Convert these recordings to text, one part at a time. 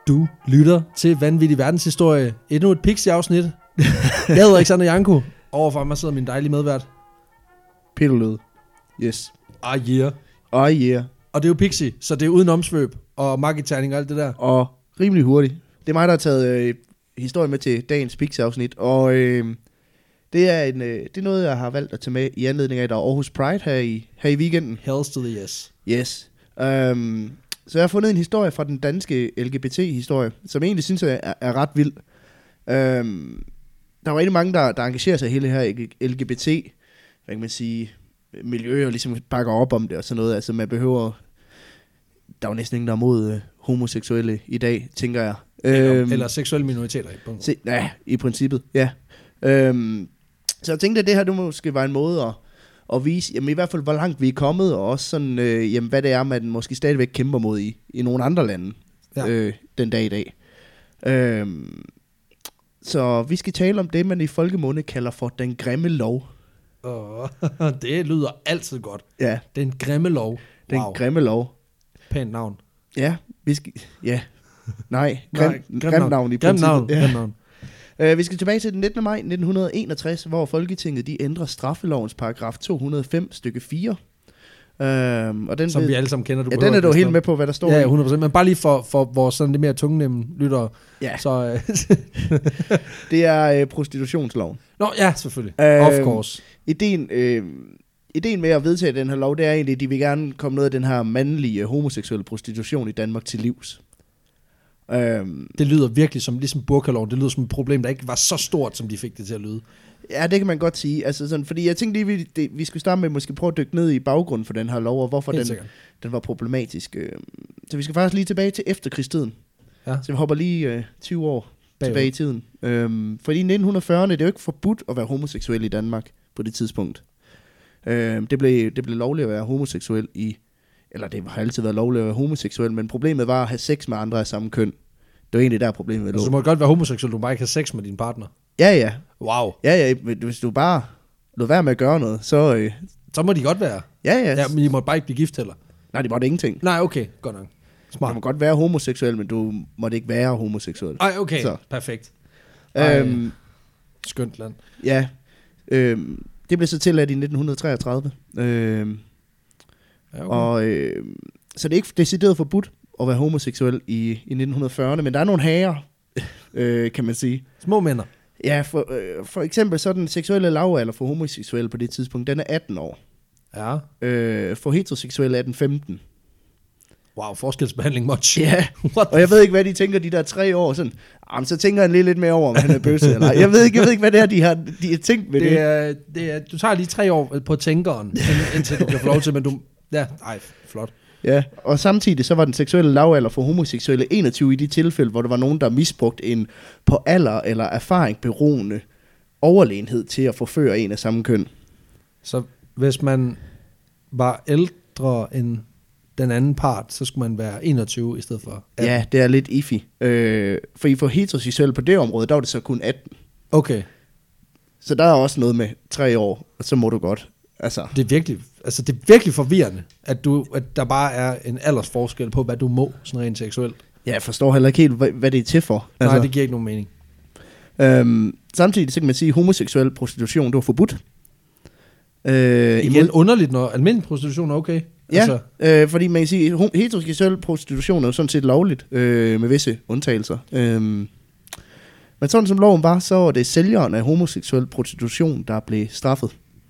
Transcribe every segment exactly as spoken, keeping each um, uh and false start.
Du lytter til Vanvittig Verdenshistorie. Endnu et Pixie-afsnit. Jeg hedder Alexander Janko. Overfor mig sidder min dejlige medvært. Peter Lød. Yes. Ah yeah. Oh yeah. Og det er jo Pixie, så det er uden omsvøb og marketing og alt det der. Og rimelig hurtigt. Det er mig, der har taget øh, historien med til dagens Pixie-afsnit. Og øh, det, er en, øh, det er noget, jeg har valgt at tage med i anledning af, at der er Aarhus Pride her i, her i weekenden. Hells to the yes. Yes. Um, så jeg har fundet en historie fra den danske L G B T-historie, som jeg egentlig synes er, er ret vild. Um, der er rigtig mange, der, der engagerer sig i hele det her L G B T, hvad kan man sige, miljø, og ligesom bakker op om det og sådan noget. Altså man behøver, der er jo næsten ingen, der er mod uh, homoseksuelle i dag, tænker jeg. Eller, um, eller seksuelle minoriteter. På. Se, ja, i princippet, ja. Um, så jeg tænkte, at det her det måske var en måde at og vise, jamen i hvert fald, hvor langt vi er kommet, og også sådan, øh, jamen hvad det er, man måske stadigvæk kæmper mod i, i nogle andre lande, ja. øh, den dag i dag. Øhm, så vi skal tale om det, man i folkemunde kalder for den grimme lov. Oh, det lyder altid godt. Ja. Den grimme lov. Den wow. grimme lov. Pænt navn. Ja, vi skal, ja. Nej, grim, Nej, grim, grim navn. navn i grim princippet. navn. Ja. Grim navn. Uh, vi skal tilbage til den nittende maj nitten enogtres, hvor Folketinget de ændrer straffelovens paragraf to hundrede og fem stykke fire. Uh, og den Som ved, vi alle sammen kender. Du ja, den er du helt med på, hvad der står. Ja, hundrede procent. Men bare lige for, for vores sådan lidt mere tungnemme lyttere. Ja. Så, det er uh, prostitutionsloven. Nå, ja, selvfølgelig. Uh, of course. Ideen, uh, ideen med at vedtage den her lov, det er egentlig, at de vil gerne komme noget af den her mandlige homoseksuelle prostitution i Danmark til livs. Um, det lyder virkelig som ligesom burkaloven. Det lyder som et problem, der ikke var så stort, som de fik det til at lyde. Ja, det kan man godt sige. Altså sådan, fordi jeg tænkte lige, vi, det, vi skulle starte med måske prøve at dykke ned i baggrunden for den her lov, og hvorfor den, den var problematisk. Så vi skal faktisk lige tilbage til efterkrigstiden. Ja. Så vi hopper lige uh, tyve år Bagud. tilbage i tiden. Um, fordi i nitten fyrrerne, det er jo ikke forbudt at være homoseksuel i Danmark på det tidspunkt. Uh, det, blev, det blev lovligt at være homoseksuel i eller det har altid været lovligt at være homoseksuel, men problemet var at have sex med andre af samme køn. Det var egentlig der problemet. Altså, du må godt være homoseksuel, du må bare ikke have sex med din partner. Ja, ja. Wow. Ja, ja, hvis du bare lod være med at gøre noget, så... Øh... Så må de godt være. Ja, ja. Ja, men de må bare ikke blive gift heller. Nej, de måtte ingenting. Nej, okay, godt nok. Smart. Du må godt være homoseksuel, men du måtte ikke være homoseksuel. Ej, okay, så. Perfekt. Ej, øhm, skønt land. Ja. Øhm, det blev så tilladt i nitten treogtredive. Øhm, Okay. Og, øh, så det er ikke decideret forbudt at være homoseksuel i, i nitten fyrrerne, men der er nogle hager, øh, kan man sige. Små mænder. Ja, for, øh, for eksempel så den seksuelle lavalder for homoseksuelle på det tidspunkt, den er atten år. Ja. Øh, for heteroseksuelle er den femten. Wow, forskelsbehandling much. Ja, og jeg ved ikke, hvad de tænker, de der tre år, sådan, jamen, så tænker han lige lidt mere over, om han er bøsse eller jeg ved ikke, jeg ved ikke, hvad det er, de har, de har tænkt med det. Det er, det er, du tager lige tre år på tænkeren, indtil du kan få lov til, men du... Ja, ej, flot. Ja, og samtidig så var den seksuelle lavalder for homoseksuelle enogtyve i de tilfælde, hvor der var nogen, der misbrugte en på alder eller erfaring beroende overlegenhed til at forføre en af samme køn. Så hvis man var ældre end den anden part, så skulle man være enogtyve i stedet for atten? Ja, det er lidt iffy. Øh, for I for heteroseksuelle på det område, der var det så kun atten. Okay. Så der er også noget med tre år, og så må du godt. Altså. Det er virkelig, altså det er virkelig forvirrende, at, du, at der bare er en aldersforskel på, hvad du må, sådan rent seksuelt. Ja, jeg forstår heller ikke helt, hvad, hvad det er til for. Altså. Nej, det giver ikke nogen mening. Øhm, samtidig så kan man sige, at homoseksuel prostitution, det var forbudt. Øh, Igen imod... underligt, når almindelig prostitution er okay. Ja, altså. øh, fordi man kan sige, at heteroseksuel prostitution er jo sådan set lovligt, øh, med visse undtagelser. Øh, men sådan som loven var, så var det sælgeren af homoseksuel prostitution, der blev straffet.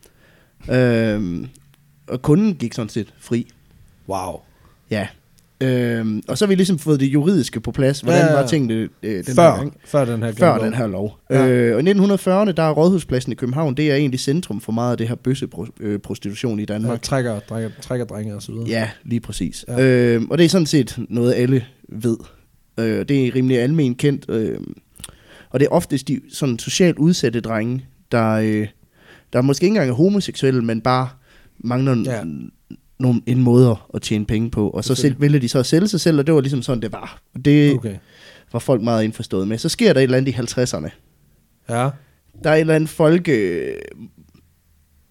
Øhm, og kunden gik sådan set fri. Wow. Ja. Øhm, og så har vi ligesom fået det juridiske på plads. Hvordan ja, ja, ja. var tingene øh, den før, her gang? Før den her, før den her lov. Ja. Øh, og i nitten fyrrerne, der er Rådhuspladsen i København, det er egentlig centrum for meget af det her bøsseprostitution i Danmark. Ja, trækker, trækker, trækker drenge og så videre. Ja, lige præcis. Ja. Øhm, og det er sådan set noget, alle ved. Øh, det er rimelig almen kendt. Øh, og det er oftest de sådan socialt udsatte drenge, der... Øh, der måske ikke engang er homoseksuelle, men bare mangler ja. nogle, en måde at tjene penge på. Og så selv, vælger de så at sælge sig selv, og det var ligesom sådan, det var. Og det okay. var folk meget indforstået med. Så sker der et eller andet i halvtredserne. Ja. Der er et eller andet folke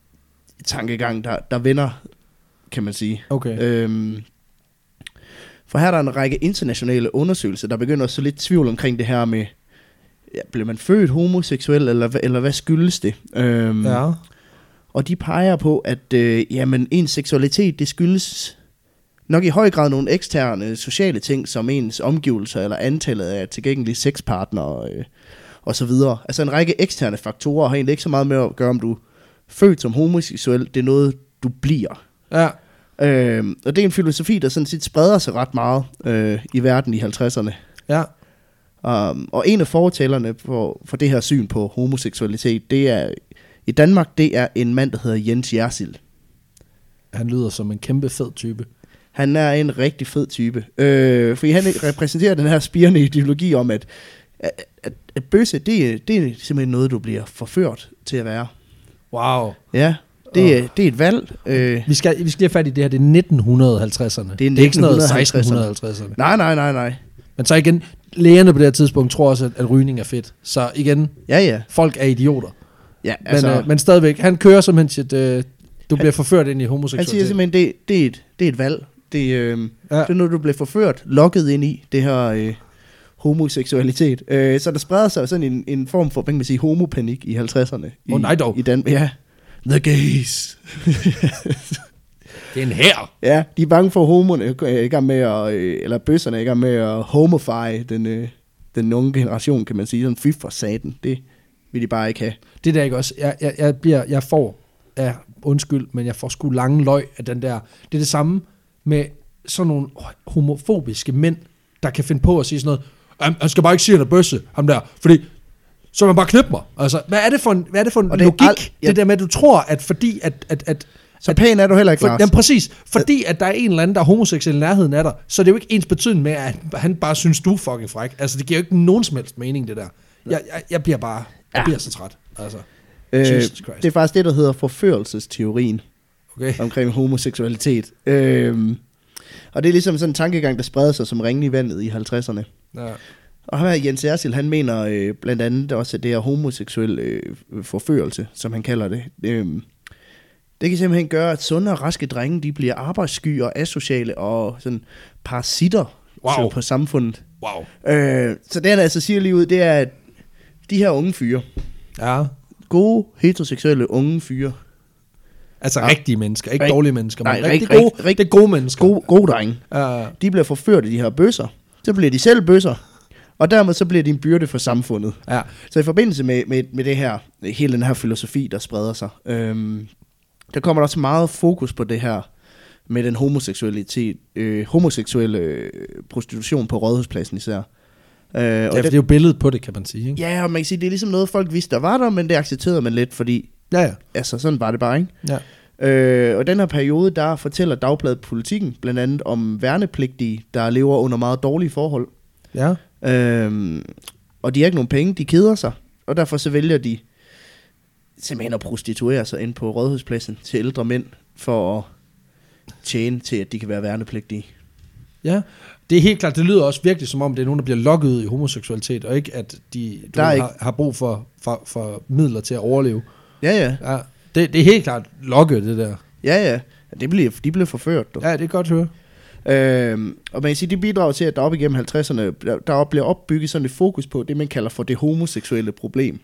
tankegang, der, der vender, kan man sige. Okay. Øhm, For her er der en række internationale undersøgelser, der begynder at så lidt tvivl omkring det her med, ja, bliver man født homoseksuel, eller, eller hvad skyldes det? Øhm, ja. Og de peger på, at øh, jamen, ens seksualitet, det skyldes nok i høj grad nogle eksterne sociale ting, som ens omgivelser, eller antallet af tilgængelige sexpartnere, øh, og så videre. Altså en række eksterne faktorer har egentlig ikke så meget med at gøre, om du er født som homoseksuel, det er noget, du bliver. Ja. Øh, og det er en filosofi, der sådan set spreder sig ret meget øh, i verden i halvtredserne. Ja. Um, og en af fortalerne for, for det her syn på homoseksualitet, det er i Danmark, det er en mand, der hedder Jens Jersild. Han lyder som en kæmpe fed type. Han er en rigtig fed type. Øh, fordi han repræsenterer den her spirende ideologi om, at, at, at, at bøsse, det, det er simpelthen noget, du bliver forført til at være. Wow. Ja, det, oh. det er et valg. Øh, vi, skal, vi skal lige have fat i det her, det er nitten halvtredserne. Det er, det er ikke sådan noget seksten halvtredserne. Nej, nej, nej, nej. Men så igen, lægerne på det her tidspunkt tror også, at, at rygning er fedt. Så igen, ja, ja. folk er idioter. Ja, altså, men, øh, men stadigvæk, han kører simpelthen sit, øh, du bliver han, forført ind i homoseksualitet. Han siger simpelthen, det, det, er, et, det er et valg. Det, øh, ja. det er noget, du bliver forført, lokket ind i, det her øh, homoseksualitet. Øh, så der spreder sig sådan en, en form for, hvad kan man sige, homopanik i halvtredserne. Åh oh, nej dog. I Dan- ja, the gays. Det er en hær. Ja, de er bange for, at homoerne er i gang med at, eller bøsserne er i gang med at homify den, øh, den unge generation, kan man sige. Sådan fy for satan. Det vil de bare ikke have. Det der ikke også. Jeg, jeg, jeg, bliver, jeg får, ja, undskyld, men jeg får sgu lange løg af den der. Det er det samme med sådan nogle homofobiske mænd, der kan finde på at sige sådan noget, han skal bare ikke sige, at han er bøsse, ham der, fordi så man bare knippe mig. Altså, hvad er det for en, hvad er det for en logik, det, al- ja. det der med, at du tror, at fordi at... at, at så at, pæn er du heller ikke, Lars. Jamen præcis, fordi at der er en eller anden, der er homoseksuel i nærheden af dig, så er det jo ikke ens betydning med, at han bare synes, du er fucking fræk. Altså, det giver jo ikke nogen som helst mening, det der. Jeg, jeg, jeg bliver bare, jeg ja. bliver så træt. Altså, øh, det er faktisk det, der hedder forførelsesteorien. Okay. Omkring homoseksualitet. Øhm, og det er ligesom sådan en tankegang, der spreder sig som ringen i vandet i halvtredserne. Ja. Og her Jens Jersild, han mener øh, blandt andet også, at det er homoseksuel øh, forførelse, som han kalder det. Øhm, det kan simpelthen gøre, at sunde og raske drenge, de bliver arbejdssky og asociale og sådan parasitter wow. på samfundet. Wow. Øh, så det, han altså siger lige ud, det er, at de her unge fyre, ja. gode, heteroseksuelle unge fyre, altså ja. rigtige mennesker, ikke Rig- dårlige mennesker, men nej, rigtig rig- gode, rig- rig- det er gode mennesker. Gode, gode drenge. Uh. De bliver forført af de her bøsser. Så bliver de selv bøsser. Og dermed så bliver de en byrde for samfundet. Ja. Så i forbindelse med, med, med det her, hele den her filosofi, der spreder sig, øhm, der kommer der også meget fokus på det her med den homoseksualitet, øh, homoseksuelle øh, prostitution på Rådhuspladsen især. Øh, ja, og for det, det er jo billedet på det, kan man sige. Ikke? Ja, og man kan sige, det er ligesom noget, folk vidste, der var der, men det accepterede man lidt, fordi ja, ja. altså, sådan var det bare, ikke? Ja. Øh, og den her periode, der fortæller Dagbladet Politikken blandt andet om værnepligtige, der lever under meget dårlige forhold. Ja. Øhm, og de har ikke nogen penge, de keder sig, og derfor så vælger de simpelthen at prostituere sig ind på Rådhuspladsen til ældre mænd, for at tjene til, at de kan være værnepligtige. Ja, det er helt klart, det lyder også virkelig som om, det er nogen, der bliver lokket ud i homoseksualitet, og ikke at de du ved, har, har brug for, for, for midler til at overleve. Ja, ja. ja det, det er helt klart lokket, det der. Ja, ja. Det bliver, de bliver forført. Du. Ja, det er godt at høre. Øhm, og man kan sige, de bidrager til, at der op igennem halvtredserne, der, der bliver opbygget sådan et fokus på det, man kalder for det homoseksuelle problem.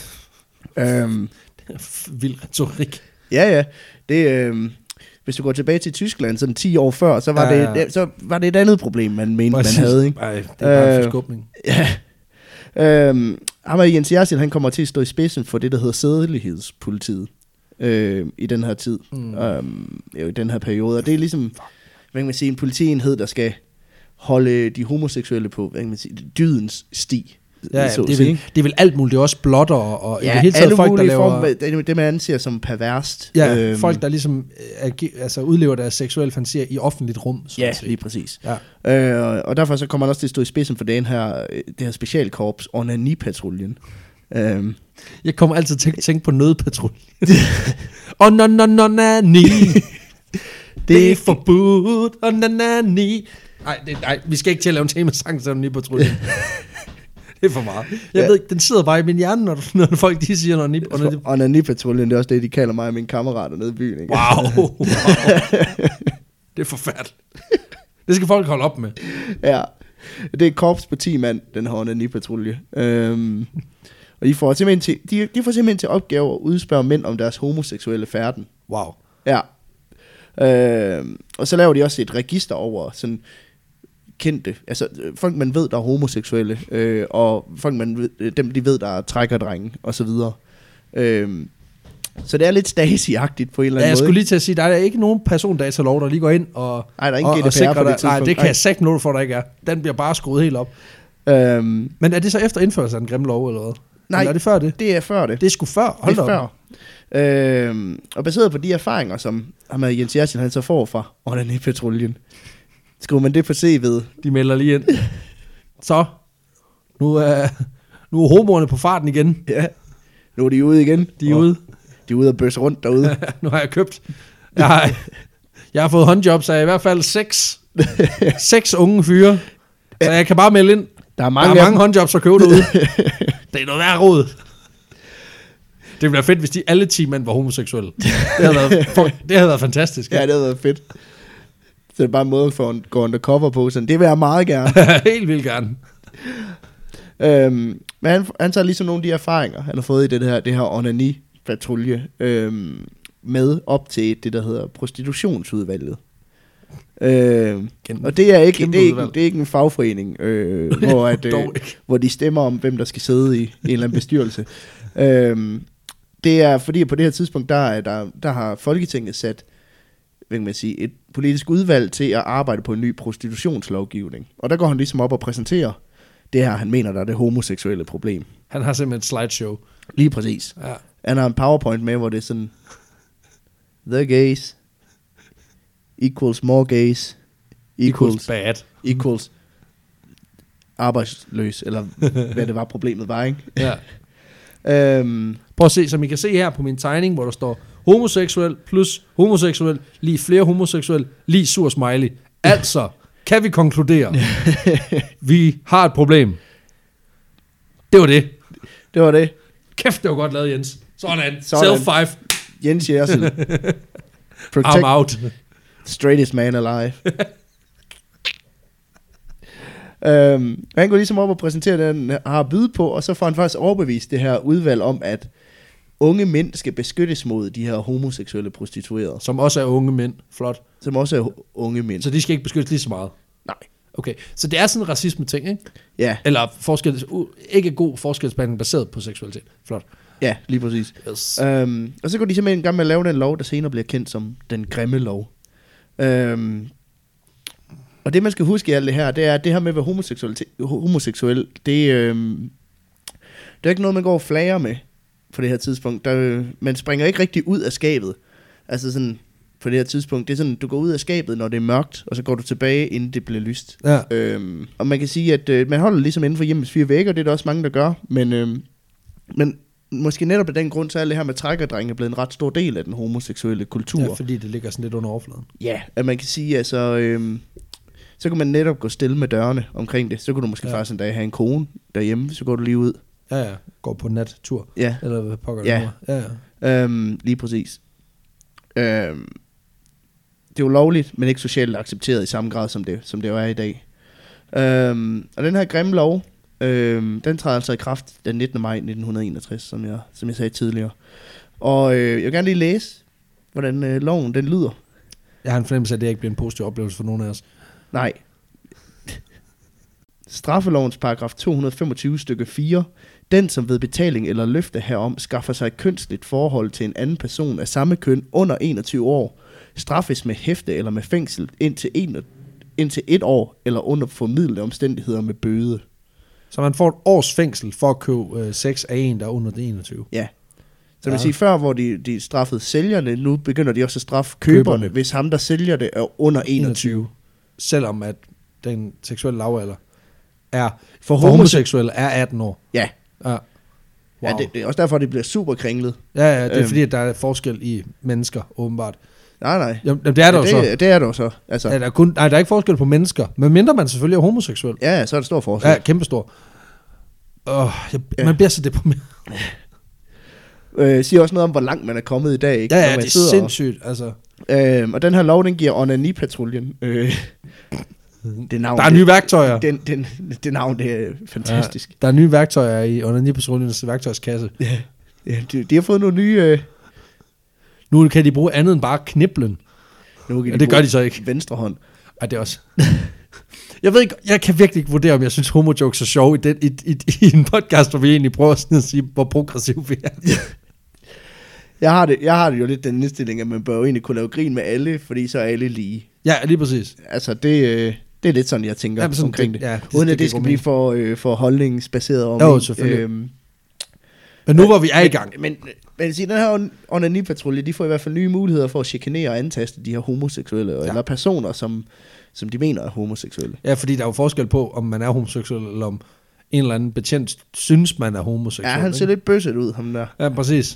øhm, det er vild retorik. Ja, ja. Det, øhm, hvis du går tilbage til Tyskland, sådan ti år før, så var, ja, det, så var det et andet problem, man mente, man havde. Ikke? Ej, det er bare en forskubning. Ja. Øhm, ham og Jens Jersild, han kommer til at stå i spidsen for det, der hedder sædelighedspolitiet øh, i den her tid, mm. øhm, i den her periode. Og det er ligesom, hvad kan man sige, en politienhed, der skal holde de homoseksuelle på, hvad kan man sige, dydens sti. Ja, ja, det, er vel, det er vel alt muligt. Det er også blotter og ja, i det hele taget folk, der laver... Form, det, det man anser som perverst. Ja, øhm, folk, der ligesom altså, udlever deres seksuelle fantasier i offentligt rum. Så ja, at sige. lige præcis. Ja. Øh, og derfor så kommer man også til at stå i spidsen for den her, det her specialkorps, Onani-patruljen. Øhm. Jeg kommer altid til at tænke på nødpatruljen. Onani. Det er forbudt. Onani. Nej, nej, vi skal ikke til at lave en temasang til Onani-patruljen. Det er for meget. Jeg ja. ved ikke, den sidder bare i min hjerne, når, når folk de siger Onani-patruljen. Onani-patruljen, det er også det, de kalder mig og mine kammerater nede i byen. Ikke? Wow. wow. Det er forfærdeligt. Det skal folk holde op med. Ja, det er et korps på ti mand, den her onani-patrulje. Øhm, og de får, simpelthen til, de, de får simpelthen til opgave at udspørge mænd om deres homoseksuelle færden. Wow. Ja. Øhm, og så laver de også et register over sådan kendte, altså folk man ved, der er homoseksuelle, øh, og folk man ved, dem de ved, der er trækkerdrenge, og så videre. Øhm, så det er lidt Stasi-agtigt på en eller anden måde. Ja, jeg skulle lige til at sige, der er ikke nogen persondatalov, der lige går ind og, Ej, der er og, ingen og sikrer på det dig. Nej, det kan Ej. jeg sagt noget for, der ikke er. Den bliver bare skruet helt op. Øhm, Men er det så efter indførelsen af den grimme lov, eller hvad? Nej, eller er det før det? det er før det. Det er sgu før. Hold det er op. før. Øhm, og baseret på de erfaringer, som ham og Jens Jersild, han så får fra onani-patruljen, skriver man det på C V'et. De melder lige ind. Så, nu er, nu er homoerne på farten igen. Ja, nu er de ude igen. De er ude. De er ude og bøsse rundt derude. Nu har jeg købt. Jeg har, jeg har fået håndjobs af i hvert fald seks, seks unge fyre. Så jeg kan bare melde ind. Der er mange, der er mange håndjobs at købe derude. Det er noget værd råd. Det ville være fedt, hvis de alle ti mænd var homoseksuelle. Det havde været, for, det havde været fantastisk. Ja, det havde været fedt. Så det er bare en måde for at gå undercover på. Sådan. Det vil jeg meget gerne. Helt vildt gerne. Øhm, men han, han tager ligesom nogle af de erfaringer, han har fået i det her, det her onani-patrulje, øhm, med op til det, der hedder prostitutionsudvalget. Øhm, og det er, ikke, det, er ikke, det er ikke en fagforening, øh, hvor, at, øh, hvor de stemmer om, hvem der skal sidde i en eller anden bestyrelse. øhm, det er fordi, på det her tidspunkt, der, der, der har Folketinget sat hvad kan man sige, et politisk udvalg til at arbejde på en ny prostitutionslovgivning. Og der går han ligesom op og præsenterer det her, han mener, der er det homoseksuelle problem. Han har simpelthen et slideshow. Lige præcis. Ja. Han har en PowerPoint med, hvor det er sådan, the gays equals more gays equals, equals bad. Equals arbejdsløs, eller hvad det var, problemet var, ikke? Ja. øhm, Prøv at se, som I kan se her på min tegning, hvor der står homoseksuel plus homoseksuel, lige flere homoseksuel, lige sur smiley. Altså, kan vi konkludere, vi har et problem. Det var det. Det var det. Kæft, det var godt lavet, Jens. Sådan. Sådan. Self five. Jens Jersild. I'm out. Straightest man alive. øhm, han går ligesom op og præsenterer det, han har at byde på, og så får han faktisk overbevist det her udvalg om, at unge mænd skal beskyttes mod de her homoseksuelle prostituerede. Som også er unge mænd. Flot. Som også er unge mænd. Så de skal ikke beskyttes lige så meget? Nej. Okay, så det er sådan en racisme-ting, ikke? Ja. Eller forskel, ikke god forskelsbehandling baseret på seksualitet. Flot. Ja, lige præcis. Yes. Øhm, og så går de simpelthen i gang med at lave den lov, der senere bliver kendt som den grimme lov. Øhm, og det, man skal huske i alt det her, det er, at det her med at være homoseksuel, det, øhm, det er ikke noget, man går og flager med på det her tidspunkt. Der, man springer ikke rigtig ud af skabet. Altså sådan, på det her tidspunkt, det er sådan, du går ud af skabet, når det er mørkt, og så går du tilbage, inden det bliver lyst. Ja. Øhm, og man kan sige, at øh, man holder ligesom inden for hjemmets fire vægge, og det er der også mange, der gør. Men, øhm, men måske netop af den grund, så er det her med trækkerdrenge blevet en ret stor del af den homoseksuelle kultur. Ja, fordi det ligger sådan lidt under overfladen. Ja, at man kan sige, altså, øhm, så kan man netop gå stille med dørene omkring det. Så kan du måske ja. faktisk en dag have en kone derhjemme, så går du lige ud. Ja, ja. Går på nattur. Ja. Eller hvad pokker ja. det ja, ja. Øhm, lige præcis. Øhm, det er jo lovligt, men ikke socialt accepteret i samme grad, som det, som det jo er i dag. Øhm, og den her grimme lov, øhm, den træder altså i kraft den nittende maj nitten enogtres, som jeg, som jeg sagde tidligere. Og øh, jeg vil gerne lige læse, hvordan øh, loven den lyder. Jeg har en fornemmelse af, at det ikke bliver en positiv oplevelse for nogen af os. Nej. Straffelovens paragraf to hundrede femogtyve stykke fire. Den, som ved betaling eller løfte herom skaffer sig et kønsligt forhold til en anden person af samme køn under enogtyve år, straffes med hæfte eller med fængsel indtil, en, indtil et år, eller under formidlede omstændigheder med bøde. Så man får et års fængsel for at købe øh, sex af en, der er under det enogtyve? Ja. Så ja. vil sige, før hvor de, de straffede sælgerne, nu begynder de også at straffe køberne, køberne, hvis ham, der sælger det, er under enogtyve. Selvom at den seksuelle lavalder er for, for homoseksuelle er atten år. Ja. Ja. Wow. Ja, det, det er også derfor, det bliver super kringlet. Ja, ja, det er øhm. fordi, at der er forskel i mennesker, åbenbart. Nej, nej. Jamen, det er der ja, jo det, så. Det er der jo så. Altså. Ja, der, er kun, nej, der er ikke forskel på mennesker, men mindre man selvfølgelig er homoseksuel. Ja, ja, så er der stor forskel. Ja, kæmpestor. Åh, jeg, ja. Man bliver så deprimeret. Øh, siger også noget om, hvor langt man er kommet i dag, ikke? Ja, ja, det er sindssygt, og, altså. Øh, og den her lov, den giver onani-patruljen øh, Det navn, der er nye værktøjer. Den, den, det navn, det er fantastisk. Ja, der er nye værktøjer i onanipatruljernes værktøjskasse. Ja, ja de, de har fået nogle nye... Øh... Nu kan de bruge andet end bare kniblen. Nu kan de ja, det gør de så ikke. Venstre hånd. Ja, det er også... Jeg ved ikke, jeg kan virkelig ikke vurdere, om jeg synes, homo-jokes er sjove i, den, i, i, i en podcast, hvor vi egentlig prøver sådan at sige, hvor progressiv vi er. jeg, har det, jeg har det jo lidt den indstilling, at man bør jo egentlig kunne lave grin med alle, fordi så er alle lige. Ja, lige præcis. Altså, det, øh, det er lidt sådan, jeg tænker ja, sådan, omkring det. det. Ja, det Uden at det, det skal blive for, øh, for holdningsbaseret om. Jo, selvfølgelig. Øhm, men nu hvor vi er i gang. Men, men, men sige, den her onani-patrulje, de får i hvert fald nye muligheder for at chikanere og antaste de her homoseksuelle, ja. eller personer, som... som de mener er homoseksuelle. Ja, fordi der er jo forskel på, om man er homoseksuel, eller om en eller anden betjent synes, man er homoseksuel. Ja, han ser ikke? lidt bøsset ud, ham der. Ja, præcis.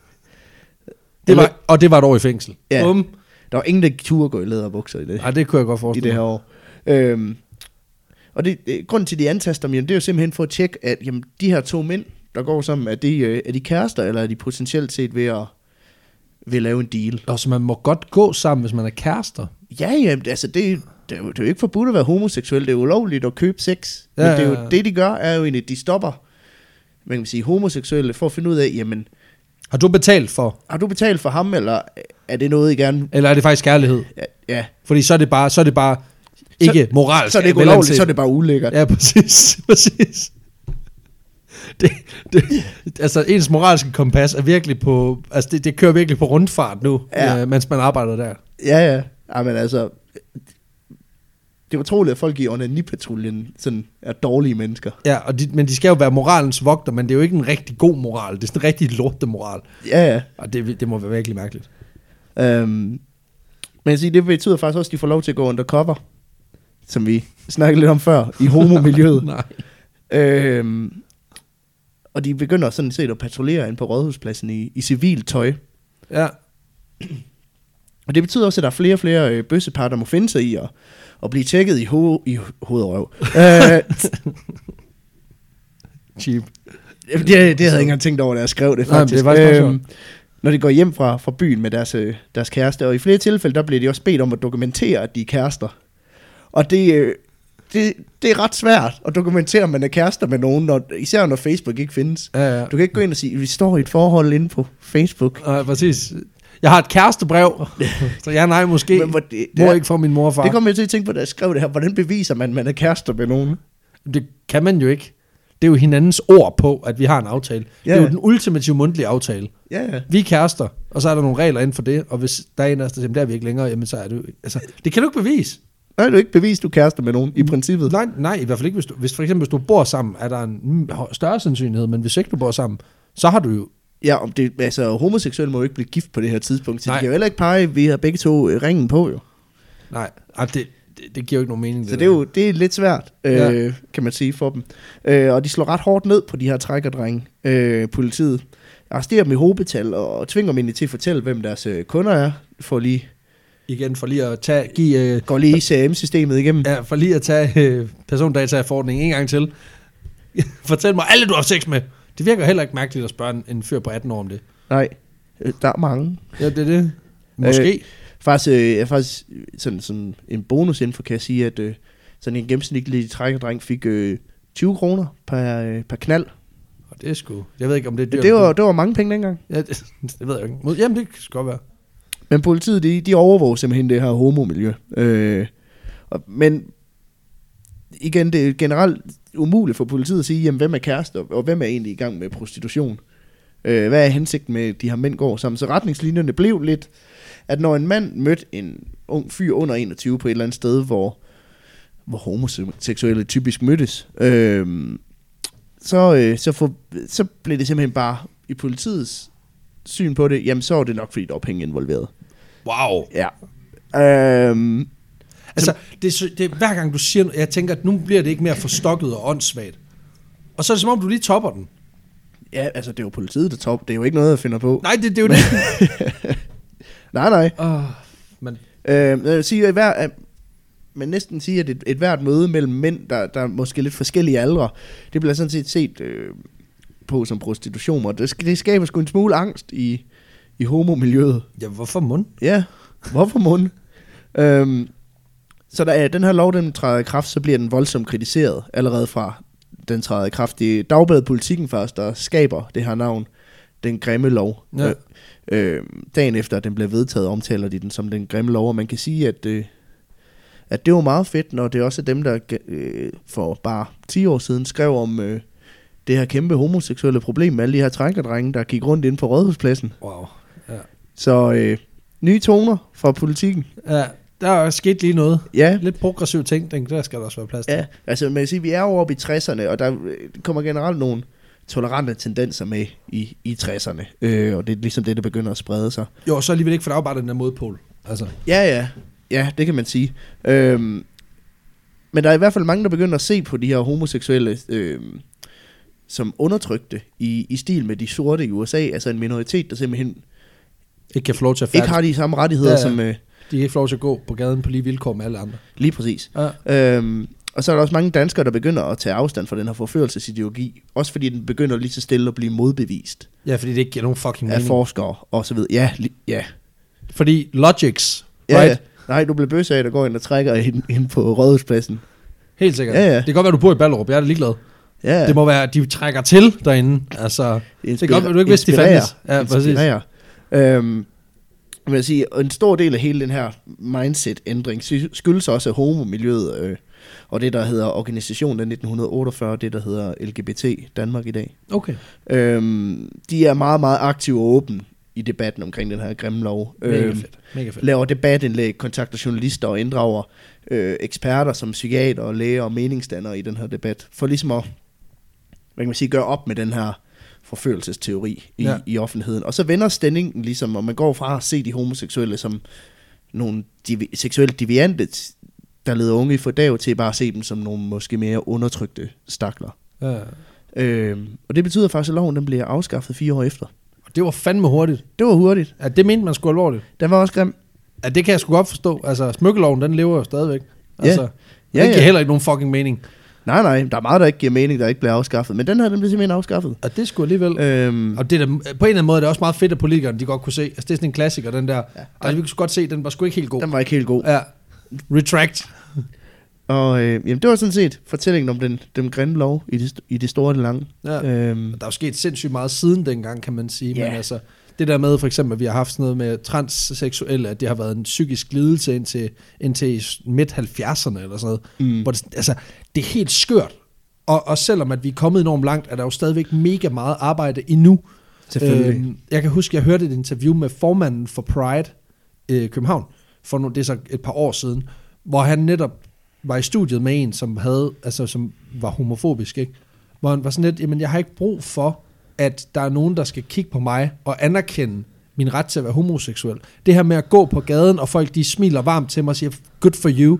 Det var, og det var et år i fængsel. Ja, um. der var ingen, der turde gå i læderbukser i det. Ja, det kunne jeg godt forestille i det her år. Øhm, og det, det, grunden til, de antaster dem, jamen, det er jo simpelthen for at tjekke, at jamen, de her to mænd, der går sammen, er de, er de kærester, eller er de potentielt set ved at, ved at lave en deal? Og så man må godt gå sammen, hvis man er kærester? Ja, jamen, altså det Det er, jo, det er jo ikke forbudt at være homoseksuel. Det er ulovligt at købe sex. Ja, men det, er jo, ja, ja. det, de gør, er jo egentlig, at de stopper man kan sige, homoseksuelle for at finde ud af, jamen... Har du betalt for? Har du betalt for ham, eller er det noget, I gerne... Eller er det faktisk kærlighed? Ja. ja. Fordi så er det bare, så er det bare ikke så, moralsk. Så er det ikke ulovligt, så er det bare ulækkert. Ja, præcis. præcis. Det, det, altså, ens moralske kompas er virkelig på... Altså, det, det kører virkelig på rundfart nu, ja. øh, mens man arbejder der. Ja, ja. Ja, men altså... Det er utroligt, at folk i onani-patruljen sådan er dårlige mennesker. Ja, og de, men de skal jo være moralens vogter, men det er jo ikke en rigtig god moral. Det er sådan en rigtig lortemoral. Ja, ja. Og det, det må være virkelig mærkeligt. Øhm, men jeg siger, det betyder faktisk også, at de får lov til at gå undercover, som vi snakkede lidt om før, i homomiljøet. Nej. Øhm, og de begynder sådan set at patruljere ind på Rådhuspladsen i, i civilt tøj. Ja. Og det betyder også, at der er flere og flere øh, bøssepar, der må finde sig i at, at blive tjekket i, ho- i hoved og røv. Cheap. Det, det havde jeg ikke engang tænkt over, da jeg skrev det faktisk. Nej, det er faktisk øhm, når de går hjem fra, fra byen med deres, øh, deres kæreste. Og i flere tilfælde, der bliver de også bedt om at dokumentere, at de er kærester. Og det, øh, det, det er ret svært at dokumentere, at man er kærester med nogen, når, især når Facebook ikke findes. Ja, ja. Du kan ikke gå ind og sige, at vi står i et forhold inde på Facebook. Nej, præcis. Jeg har et kærestebrev, så ja, nej, måske. Men, hvor det, det mor er, ikke fra min mor og far. Det kommer jeg til at tænke på, da jeg skrev det her. Hvordan beviser man, at man er kærester med nogen? Det kan man jo ikke. Det er jo hinandens ord på, at vi har en aftale. Ja. Det er jo den ultimative mundtlige aftale. Ja, ja. Vi er kærester, og så er der nogle regler inden for det, og hvis der er en af os, der siger, der er vi ikke længere, jamen så er det jo... Altså, det kan du ikke bevise. Nej, du ikke bevise, du er kærester med nogen, i princippet. Nej, nej, i hvert fald ikke. Hvis, du, hvis for eksempel, hvis du bor sammen, er der en større sandsynlighed, men hvis ikke du bor sammen, så har du jo... Ja, om det, altså homoseksuelle må jo ikke blive gift på det her tidspunkt, så nej. De kan jo heller ikke pege, vi har begge to ringen på jo. Nej, det, det, det giver jo ikke nogen mening. Så det, det er jo det er lidt svært, øh, ja. kan man sige for dem. Øh, og de slår ret hårdt ned på de her trækkerdrenge, øh, politiet. Arresterer dem i hobetal og tvinger dem egentlig til at fortælle, hvem deres øh, kunder er. For lige... Igen, for lige at tage... Give, øh, Går lige C R M-systemet igennem. Ja, for lige at tage øh, persondata-forordningen en gang til. Fortæl mig alle, du har sex med. Det virker heller ikke mærkeligt at spørge en, en fyr på atten år om det. Nej, der er mange. Ja, det er det. Måske. Øh, faktisk, øh, faktisk sådan, sådan en bonus info kan jeg sige, at øh, sådan en gennemsnitlig trækkerdreng fik øh, tyve kroner per, øh, per knald. Og det er sgu... Jeg ved ikke, om det er dyrt. Ja, det, var, det var mange penge dengang. Ja, det, det ved jeg ikke. Jamen, det kan godt være. Men politiet, de, de overvåger simpelthen det her homomiljø. Øh, og, men igen, det er generelt umuligt for politiet at sige, jamen, hvem er kærester, og hvem er egentlig i gang med prostitution? Øh, hvad er hensigten med, at de her mænd går sammen? Så retningslinjerne blev lidt, at når en mand mødte en ung fyr under enogtyve på et eller andet sted, hvor, hvor homoseksuelle typisk mødtes, øh, så, øh, så, for, så blev det simpelthen bare i politiets syn på det, jamen så er det nok, fordi der var penge involveret. Wow. Ja. Øhm, altså, det er, det er, hver gang du siger, jeg tænker, at nu bliver det ikke mere forstokket og åndssvagt. Og så er det som om, du lige topper den. Ja, altså det er jo politiet, der topper. Det er jo ikke noget, jeg finder på. Nej, det, det er jo det. nej, nej. Oh, men... øh, jeg vil sige, at hver, man næsten sige, at et, et hvert møde mellem mænd, der, der er måske lidt forskellige aldre, det bliver sådan set set øh, på som prostitution, og det, det skaber sgu en smule angst i, i homomiljøet. Ja, hvorfor mund? Ja, hvorfor mund? øhm, Så da den her lov, den træder i kraft, så bliver den voldsomt kritiseret allerede fra den træder i kraft. Det er Dagbladet Politikken først, der skaber det her navn, den grimme lov. Ja. Øh, øh, dagen efter, at den blev vedtaget, omtaler de den som den grimme lov, og man kan sige, at, øh, at det var meget fedt, når det er også dem, der øh, for bare ti år siden skrev om øh, det her kæmpe homoseksuelle problem med alle de her trækkerdrenge, der gik rundt inde på Rådhuspladsen. Wow. Ja. Så øh, nye toner fra Politikken. Ja. Der er sket lige noget. Ja. Lidt progressiv tænkning, der skal der også være plads til. Ja, altså man kan sige, vi er over oppe i tresserne, og der kommer generelt nogle tolerante tendenser med i, i tresserne. Øh, og det er ligesom det, der begynder at sprede sig. Jo, så alligevel ikke, for der er jo bare den der modpol. Altså. Ja, ja. Ja, det kan man sige. Øhm, men der er i hvert fald mange, der begynder at se på de her homoseksuelle øhm, som undertrykte i, i stil med de sorte i U S A. Altså en minoritet, der simpelthen ikke kan få lov til at færdig. Ikke har de samme rettigheder, ja, ja. som... Øh, de kan ikke få lov til at gå på gaden på lige vilkår med alle andre. Lige præcis. Ja. Øhm, og så er der også mange danskere, der begynder at tage afstand fra den her forførelsesideologi. Også fordi den begynder lige så stille at blive modbevist. Ja, fordi det ikke giver nogen fucking mening. Af forskere og så videre. Ja, li- ja. Fordi logics, ja, right? Ja. Nej, du bliver bøsse af, der går ind og trækker ind, ind på Rådhuspladsen. Helt sikkert. Ja, ja. Det kan godt være, du bor i Ballerup. Jeg er da ligeglad. Ja, ja. Det må være, de trækker til derinde. Altså, Inspira- det kan godt være, du ikke vidste, de fandtes. Ja, præcis. Øhm, Jeg vil sige, en stor del af hele den her mindset-ændring skyldes også af homomiljøet, øh, og det, der hedder organisationen af nitten otteogfyrre, det, der hedder L G B T Danmark i dag. Okay. Øhm, de er meget, meget aktive og åbne i debatten omkring den her grimme lov. Mega øhm, fedt. Mega fedt. Laver debatindlæg, kontakter journalister og inddrager øh, eksperter som psykiater, læger og meningsdannere i den her debat, for ligesom at hvad kan man sige, gøre op med den her forførelsesteori i, ja. i offentligheden. Og så vender stemningen ligesom, og man går fra at se de homoseksuelle som nogle divi- seksuelt deviante, der leder unge i fordag, til bare at se dem som nogle måske mere undertrykte stakler. Ja. Øhm, og det betyder faktisk, at loven den bliver afskaffet fire år efter. Og det var fandme hurtigt. Det var hurtigt. Ja, det mente man sgu alvorligt. Den var også grim. Ja, det kan jeg sgu godt forstå. Altså, smykkeloven, den lever jo stadigvæk. Altså, ja. Ja, det giver ja. heller ikke nogen fucking mening. Nej, nej, der er meget, der ikke giver mening, der ikke bliver afskaffet. Men den her, den bliver simpelthen afskaffet. Og det skulle alligevel. Øhm. Og det der, på en eller anden måde er det også meget fedt, at politikerne de godt kunne se. Altså, det er sådan en klassiker, den der. Ja. Altså, vi kunne godt se, den var sgu ikke helt god. Den var ikke helt god. Ja. Retract. Og øh, jamen, det var sådan set fortællingen om den, den grimme lov i det, i det store og det lange. Ja. Øhm. Der er jo sket sindssygt meget siden dengang, kan man sige. Yeah. Men altså, det der med for eksempel, at vi har haft sådan noget med transseksuelle, at det har været en psykisk lidelse indtil, indtil midt halvfjerdserne eller sådan noget. Mm. Hvor det, altså, det er helt skørt. Og, og selvom at vi er kommet enormt langt, er der jo stadigvæk mega meget arbejde endnu. Selvfølgelig. Øhm, jeg kan huske, jeg hørte et interview med formanden for Pride i København, for nu, det er så et par år siden, hvor han netop var i studiet med en, som havde, altså som var homofobisk, ikke? Hvor han var sådan lidt, jamen jeg har ikke brug for, at der er nogen, der skal kigge på mig og anerkende min ret til at være homoseksuel. Det her med at gå på gaden, og folk de smiler varmt til mig og siger, good for you,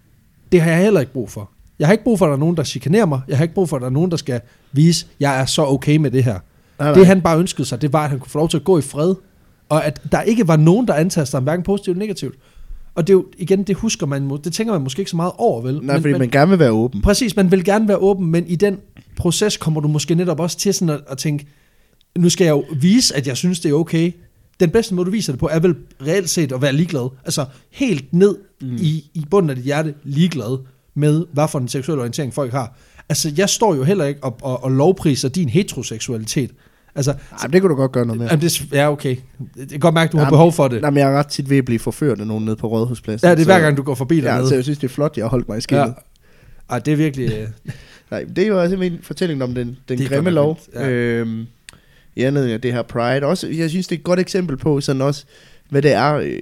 det har jeg heller ikke brug for. Jeg har ikke brug for, at der er nogen, der chikanerer mig. Jeg har ikke brug for, at der er nogen, der skal vise, at jeg er så okay med det her. Nej, nej. Det han bare ønskede sig, det var, at han kunne få lov til at gå i fred. Og at der ikke var nogen, der antaster ham, hverken positivt eller negativt. Og det er jo, igen, det husker man, det tænker man måske ikke så meget over, vel? Nej, men, fordi man, man gerne vil være åben. Præcis, man vil gerne være åben, men i den proces kommer du måske netop også til sådan at, at tænke, nu skal jeg jo vise, at jeg synes, det er okay. Den bedste måde, du viser det på, er vel reelt set at være ligeglad. Altså helt ned mm. i, i bunden af dit hjerte ligeglad med, hvad for en seksuel orientering folk har. Altså, jeg står jo heller ikke og, og, og lovpriser din heteroseksualitet. Altså, Ej, det kunne du godt gøre noget mere. Det, ja, okay. Det kan godt mærke, at du jamen, har behov for det. Nej, men jeg er ret tit ved at blive forført af nogen nede på Rådhuspladsen. Ja, det er hver gang, du går forbi dernede. Ja, så jeg synes, det er flot, jeg har holdt mig i skillet. Ja. Ej, det er virkelig... Nej, det er jo også en fortælling om den, den grimme lov. Ja. Øhm, I anledning af det her Pride. Også, jeg synes, det er et godt eksempel på sådan også, hvad det er... Øh, det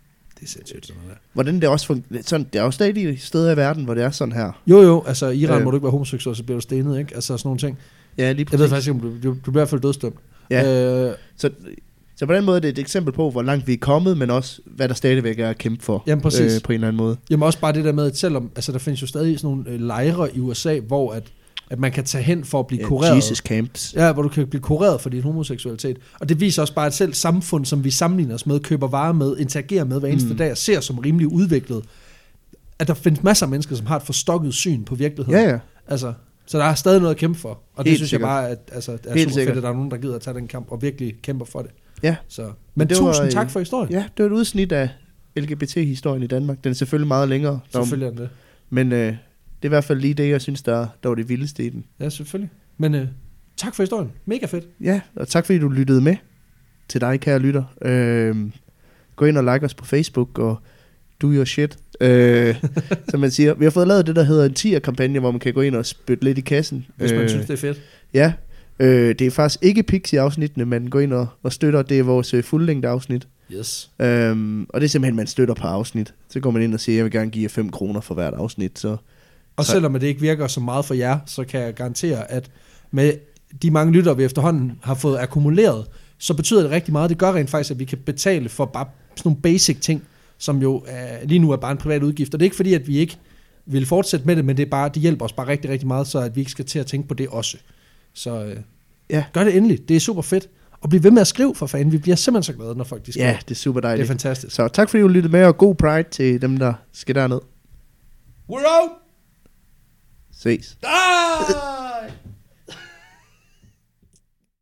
er sindssygt sådan noget. Hvordan det også fungerer. Sådan, der er jo stadig steder i verden, hvor det er sådan her. Jo, jo. Altså, i Iran øh, må du ikke være homoseksuel, så bliver du stenet, ikke? Altså, sådan nogle ting. Ja, lige præcis. Jeg ved faktisk ikke, om du, du, du bliver i hvert fald dødsdømt. Ja. Øh, så, så på den måde er det et eksempel på, hvor langt vi er kommet, men også, hvad der stadigvæk er at kæmpe for. Jamen, præcis. Øh, på en eller anden måde. Jamen også bare det der med, at selvom, altså der findes jo stadig sådan nogle øh, lejre i U S A, hvor at, at man kan tage hen for at blive ja, kureret. Jesus camps. Ja, hvor du kan blive kureret for din homoseksualitet. Og det viser også bare, at selv samfund, som vi sammenligner os med, køber varer med, interagerer med hver eneste mm. dag, og ser som rimelig udviklet, at der findes masser af mennesker, som har et forstokket syn på virkeligheden. Ja, ja. Altså, så der er stadig noget at kæmpe for. Og Helt det synes sikkert. jeg bare, at altså, er Helt super sikkert. fedt, at der er nogen, der gider at tage den kamp og virkelig kæmper for det. Ja. Så. Men, Men tusind var, tak for historien. Ja, det var et udsnit af L G B T-historien i Danmark. Den er selvfølgelig meget længere. Selvfølgelig er den det. Men øh, det er i hvert fald lige det, jeg synes, der, der var det vildeste i den. Ja, selvfølgelig. Men øh, tak for historien. Mega fedt. Ja, og tak fordi du lyttede med. Til dig, kære lytter. Øh, gå ind og like os på Facebook, og do your shit. Øh, som man siger. Vi har fået lavet det, der hedder en tier-kampagne, hvor man kan gå ind og spytte lidt i kassen. Hvis man øh, synes, det er fedt. Ja. Øh, det er faktisk ikke Pixie-afsnittene, man går ind og, og støtter. Det er vores øh, fuldlængde afsnit. Yes. Øhm, og det er simpelthen, man støtter på afsnit. Så går man ind og siger, jeg vil gerne give jer fem kroner for hvert afsnit. Så, og så, selvom det ikke virker så meget for jer, så kan jeg garantere, at med de mange lyttere, vi efterhånden har fået akkumuleret, så betyder det rigtig meget. Det gør rent faktisk, at vi kan betale for bare sådan nogle basic ting, som jo uh, lige nu er bare en privat udgift. Og det er ikke fordi, at vi ikke vil fortsætte med det, men det, er bare, det hjælper os bare rigtig, rigtig meget, så at vi ikke skal til at tænke på det også. Så uh, ja. Gør det endelig. Det er super fedt. Og bliv ved med at skrive, for fanden. Vi bliver simpelthen så glade, når folk de skriver. Ja, det er super dejligt. Det er fantastisk. Så tak fordi du lyttede med, og god Pride til dem, der skal derned. We're out! Ses. Ah!